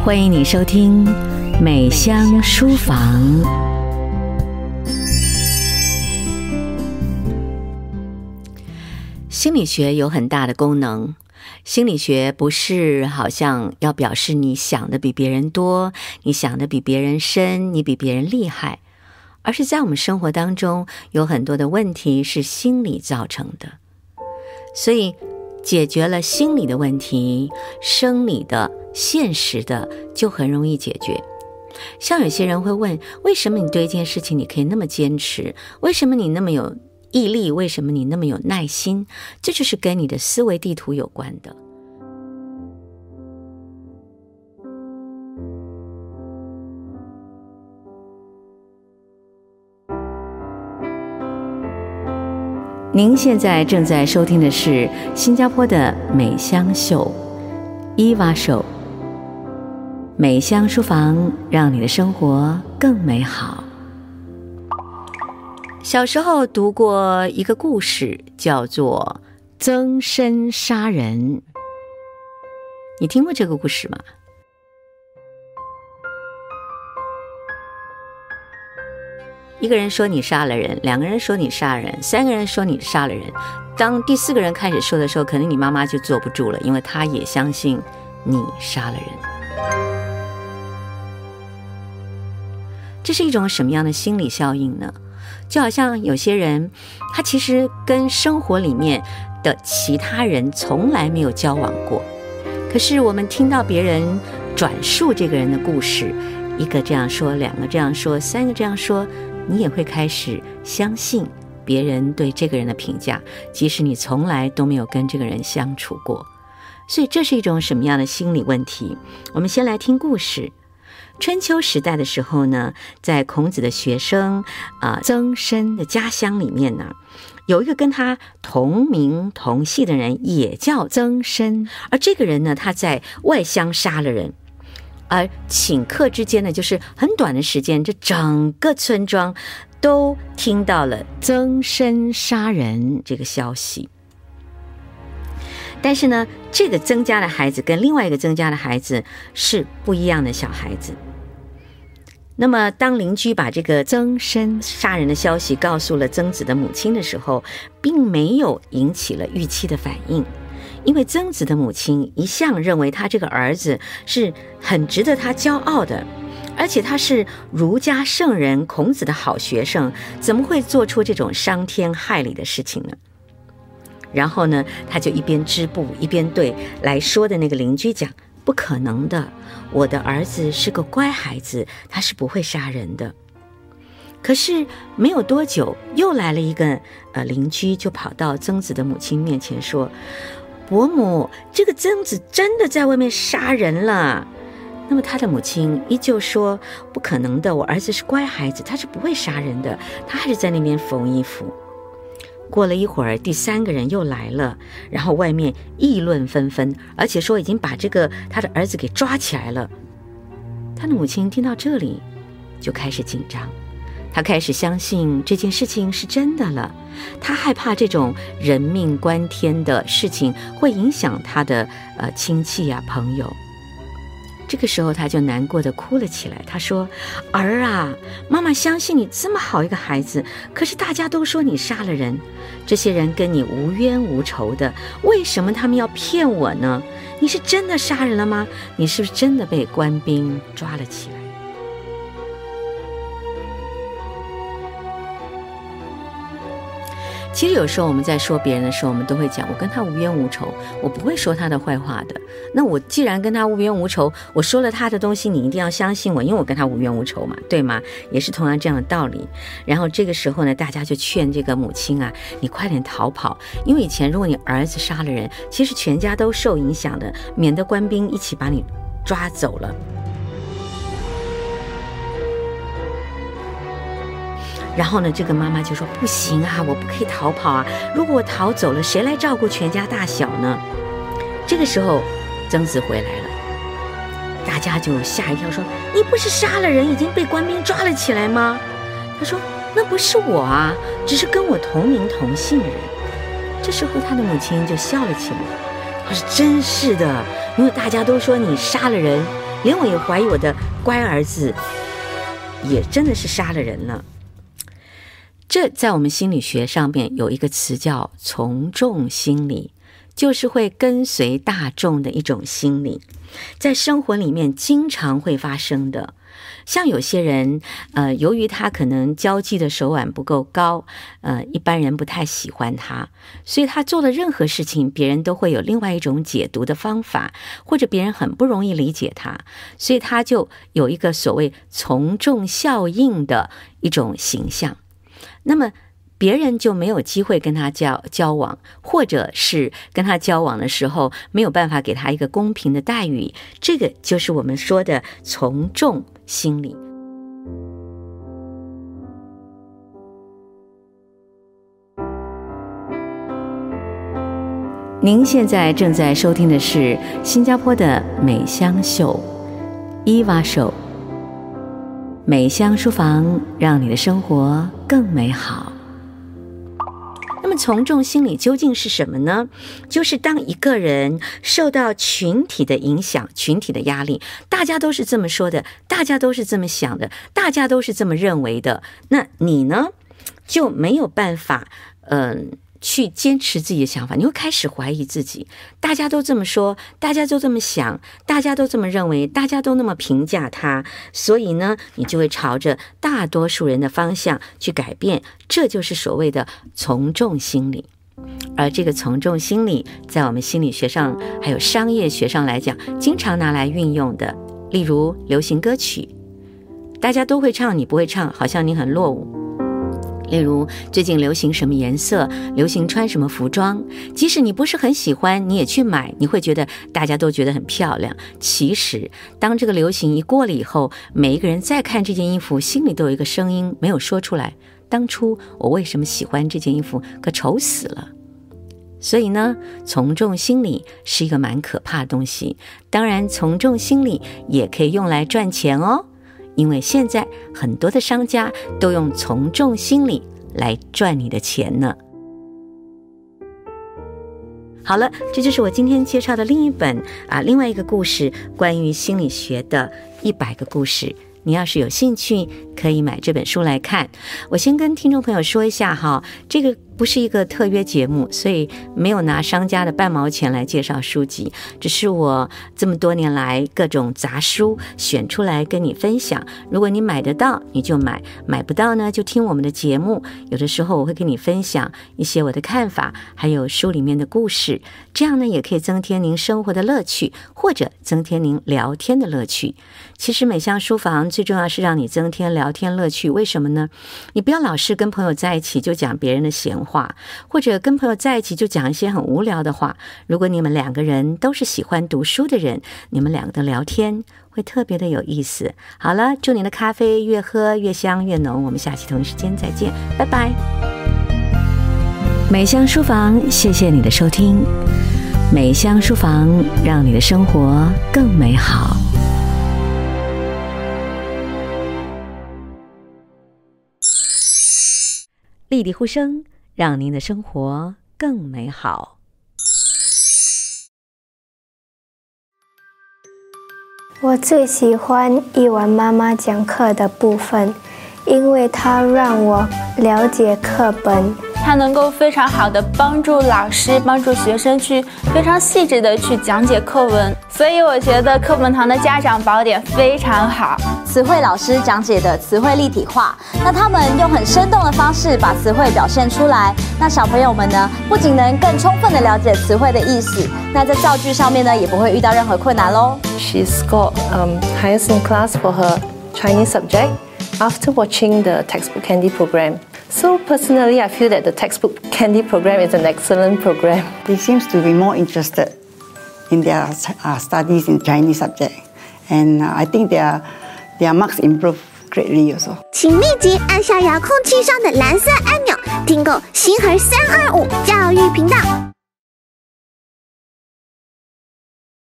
欢迎你收听美香书房。心理学有很大的功能，心理学不是好像要表示你想的比别人多，你想的比别人深，你比别人厉害，而是在我们生活当中有很多的问题是心理造成的，所以解决了心理的问题，生理的现实的就很容易解决。像有些人会问，为什么你对一件事情你可以那么坚持，为什么你那么有毅力，为什么你那么有耐心？这就是跟你的思维地图有关的。您现在正在收听的是新加坡的美香秀伊娃秀，美香书房，让你的生活更美好。小时候读过一个故事，叫做增生杀人。你听过这个故事吗？一个人说你杀了人，两个人说你杀人，三个人说你杀了人，当第四个人开始说的时候，可能你妈妈就坐不住了，因为她也相信你杀了人。这是一种什么样的心理效应呢？就好像有些人他其实跟生活里面的其他人从来没有交往过，可是我们听到别人转述这个人的故事，一个这样说，两个这样说，三个这样说，你也会开始相信别人对这个人的评价，即使你从来都没有跟这个人相处过。所以这是一种什么样的心理问题？我们先来听故事。春秋时代的时候呢，在孔子的学生曾参的家乡里面呢，有一个跟他同名同姓的人也叫曾参，而这个人呢，他在外乡杀了人，而顷刻之间呢，就是很短的时间，这整个村庄都听到了曾参杀人这个消息。但是呢，这个曾家的孩子跟另外一个曾家的孩子是不一样的小孩子。那么当邻居把这个曾参杀人的消息告诉了曾子的母亲的时候，并没有引起了预期的反应，因为曾子的母亲一向认为他这个儿子是很值得他骄傲的，而且他是儒家圣人孔子的好学生，怎么会做出这种伤天害理的事情呢？然后呢，他就一边织布一边对来说的那个邻居讲，不可能的，我的儿子是个乖孩子，他是不会杀人的。可是没有多久，又来了一个邻居，就跑到曾子的母亲面前说，伯母，这个曾子真的在外面杀人了。那么他的母亲依旧说，不可能的，我儿子是乖孩子，他是不会杀人的。他还是在那边缝衣服。过了一会儿，第三个人又来了，然后外面议论纷纷，而且说已经把这个他的儿子给抓起来了。他的母亲听到这里就开始紧张，他开始相信这件事情是真的了，他害怕这种人命关天的事情会影响他的亲戚啊朋友。这个时候他就难过的哭了起来，他说，儿啊，妈妈相信你这么好一个孩子，可是大家都说你杀了人，这些人跟你无冤无仇的，为什么他们要骗我呢？你是真的杀人了吗？你是不是真的被官兵抓了起来？其实有时候我们在说别人的时候，我们都会讲，我跟他无冤无仇，我不会说他的坏话的。那我既然跟他无冤无仇，我说了他的东西，你一定要相信我，因为我跟他无冤无仇嘛，对吗？也是同样这样的道理。然后这个时候呢，大家就劝这个母亲啊，你快点逃跑，因为以前如果你儿子杀了人，其实全家都受影响的，免得官兵一起把你抓走了。然后呢，这个妈妈就说，不行啊，我不可以逃跑啊，如果我逃走了，谁来照顾全家大小呢？这个时候曾子回来了，大家就吓一跳，说，你不是杀了人，已经被官兵抓了起来吗？他说，那不是我啊，只是跟我同名同姓的人。这时候他的母亲就笑了起来，他说，真是的，因为大家都说你杀了人， 连我也怀疑我的乖儿子也真的是杀了人了。这在我们心理学上面有一个词叫从众心理，就是会跟随大众的一种心理，在生活里面经常会发生的。像有些人由于他可能交际的手腕不够高，一般人不太喜欢他，所以他做的任何事情别人都会有另外一种解读的方法，或者别人很不容易理解他，所以他就有一个所谓从众效应的一种形象。那么别人就没有机会跟他交往，或者是跟他交往的时候没有办法给他一个公平的待遇，这个就是我们说的从众心理。您现在正在收听的是新加坡的美香秀伊娃秀，美香书房，让你的生活更美好。那么从众心理究竟是什么呢？就是当一个人受到群体的影响，群体的压力，大家都是这么说的，大家都是这么想的，大家都是这么认为的，那你呢就没有办法去坚持自己的想法，你会开始怀疑自己。大家都这么说，大家都这么想，大家都这么认为，大家都那么评价他，所以呢你就会朝着大多数人的方向去改变，这就是所谓的从众心理。而这个从众心理在我们心理学上还有商业学上来讲经常拿来运用的，例如流行歌曲，大家都会唱你不会唱，好像你很落伍。例如最近流行什么颜色，流行穿什么服装，即使你不是很喜欢你也去买，你会觉得大家都觉得很漂亮。其实当这个流行一过了以后，每一个人再看这件衣服心里都有一个声音没有说出来，当初我为什么喜欢这件衣服，可丑死了。所以呢从众心理是一个蛮可怕的东西。当然从众心理也可以用来赚钱哦，因为现在很多的商家都用从众心理来赚你的钱呢。好了，这就是我今天介绍的另外一个故事，关于心理学的100个故事。你要是有兴趣可以买这本书来看。我先跟听众朋友说一下哈，这个不是一个特约节目，所以没有拿商家的半毛钱来介绍书籍，只是我这么多年来各种杂书选出来跟你分享。如果你买得到你就买，买不到呢就听我们的节目，有的时候我会跟你分享一些我的看法，还有书里面的故事，这样呢也可以增添您生活的乐趣，或者增添您聊天的乐趣。其实美香书房最重要是让你增添聊天乐趣，为什么呢？你不要老是跟朋友在一起就讲别人的闲话，或者跟朋友在一起就讲一些很无聊的话。如果你们两个人都是喜欢读书的人，你们两个的聊天会特别的有意思。好了，祝你的咖啡越喝越香越浓，我们下期同一时间再见，拜拜。美香书房，谢谢你的收听。美香书房，让你的生活更美好。立体呼声，让您的生活更美好。 我最喜欢一晚妈妈讲课的部分，因为它让我了解课本， 它能够非常好的帮助老师帮助学生去非常细致的去讲解课文，所以我觉得课本堂的家长宝典非常好。 词汇老师讲解的词汇立体化，那他们用很生动的方式把词汇表现出来，那小朋友们呢不仅能更充分的了解词汇的意思，那在造句上面呢也不会遇到任何困难咯。 She scored highest in class for her Chinese subject after watching the textbook Candy program. So personally, I feel that the textbook Candy program is an excellent program. They seem to be more interested in their studies in Chinese subject, and I think their marks improve greatly also. 请立即按下遥控器上的蓝色按钮，订购星河325教育频道。